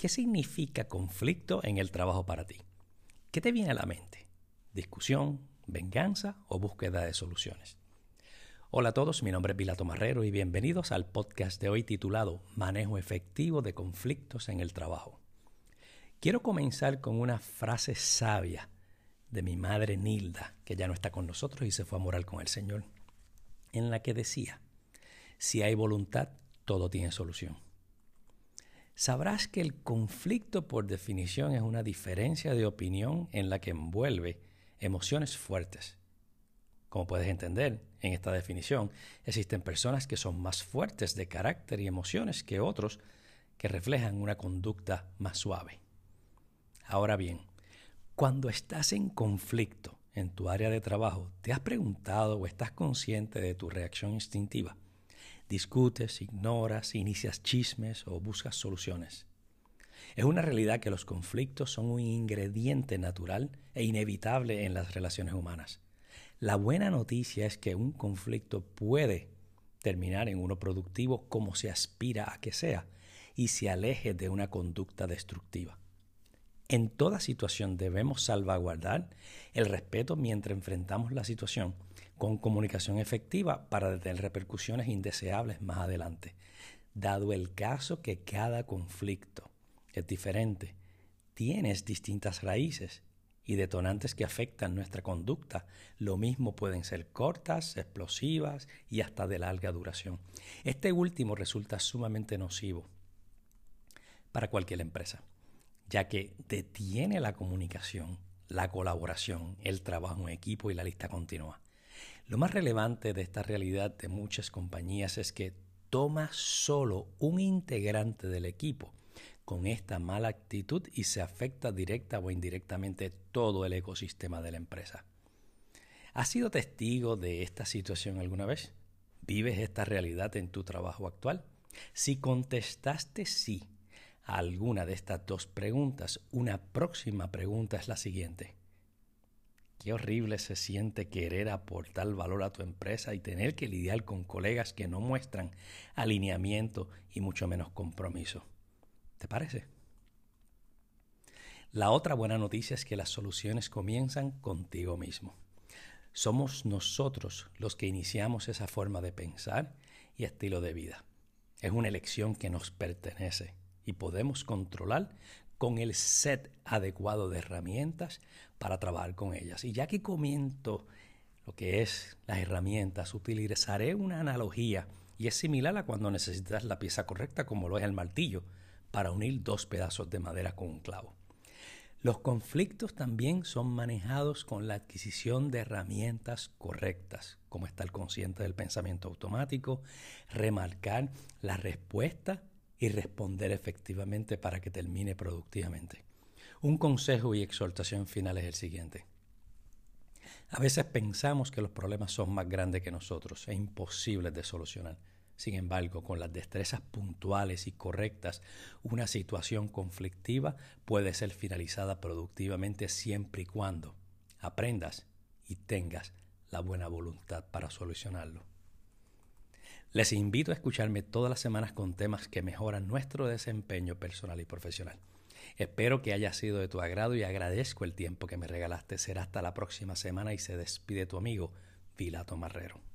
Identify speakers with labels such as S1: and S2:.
S1: ¿Qué significa conflicto en el trabajo para ti? ¿Qué te viene a la mente? ¿Discusión, venganza o búsqueda de soluciones? Hola a todos, mi nombre es Pilato Marrero y bienvenidos al podcast de hoy titulado Manejo efectivo de conflictos en el trabajo. Quiero comenzar con una frase sabia de mi madre Nilda, que ya no está con nosotros y se fue a morar con el Señor, en la que decía: si hay voluntad, todo tiene solución. Sabrás que el conflicto por definición es una diferencia de opinión en la que envuelve emociones fuertes. Como puedes entender, en esta definición existen personas que son más fuertes de carácter y emociones que otros que reflejan una conducta más suave. Ahora bien, cuando estás en conflicto en tu área de trabajo, ¿te has preguntado o estás consciente de tu reacción instintiva? Discutes, ignoras, inicias chismes o buscas soluciones. Es una realidad que los conflictos son un ingrediente natural e inevitable en las relaciones humanas. La buena noticia es que un conflicto puede terminar en uno productivo como se aspira a que sea y se aleje de una conducta destructiva. En toda situación debemos salvaguardar el respeto mientras enfrentamos la situación con comunicación efectiva para detener repercusiones indeseables más adelante. Dado el caso que cada conflicto es diferente, tienes distintas raíces y detonantes que afectan nuestra conducta. Lo mismo pueden ser cortas, explosivas y hasta de larga duración. Este último resulta sumamente nocivo para cualquier empresa, ya que detiene la comunicación, la colaboración, el trabajo en equipo y la lista continúa. Lo más relevante de esta realidad de muchas compañías es que toma solo un integrante del equipo con esta mala actitud y se afecta directa o indirectamente todo el ecosistema de la empresa. ¿Has sido testigo de esta situación alguna vez? ¿Vives esta realidad en tu trabajo actual? Si contestaste sí a alguna de estas dos preguntas, una próxima pregunta es la siguiente: qué horrible se siente querer aportar valor a tu empresa y tener que lidiar con colegas que no muestran alineamiento y mucho menos compromiso. ¿Te parece? La otra buena noticia es que las soluciones comienzan contigo mismo. Somos nosotros los que iniciamos esa forma de pensar y estilo de vida. Es una elección que nos pertenece y podemos controlar con el set adecuado de herramientas para trabajar con ellas. Y ya que comento lo que es las herramientas, utilizaré una analogía y es similar a cuando necesitas la pieza correcta, como lo es el martillo, para unir dos pedazos de madera con un clavo. Los conflictos también son manejados con la adquisición de herramientas correctas, como estar consciente del pensamiento automático, remarcar la respuesta y responder efectivamente para que termine productivamente. Un consejo y exhortación final es el siguiente: a veces pensamos que los problemas son más grandes que nosotros e imposibles de solucionar. Sin embargo, con las destrezas puntuales y correctas, una situación conflictiva puede ser finalizada productivamente siempre y cuando aprendas y tengas la buena voluntad para solucionarlo. Les invito a escucharme todas las semanas con temas que mejoran nuestro desempeño personal y profesional. Espero que haya sido de tu agrado y agradezco el tiempo que me regalaste. Será hasta la próxima semana y se despide tu amigo Pilato Marrero.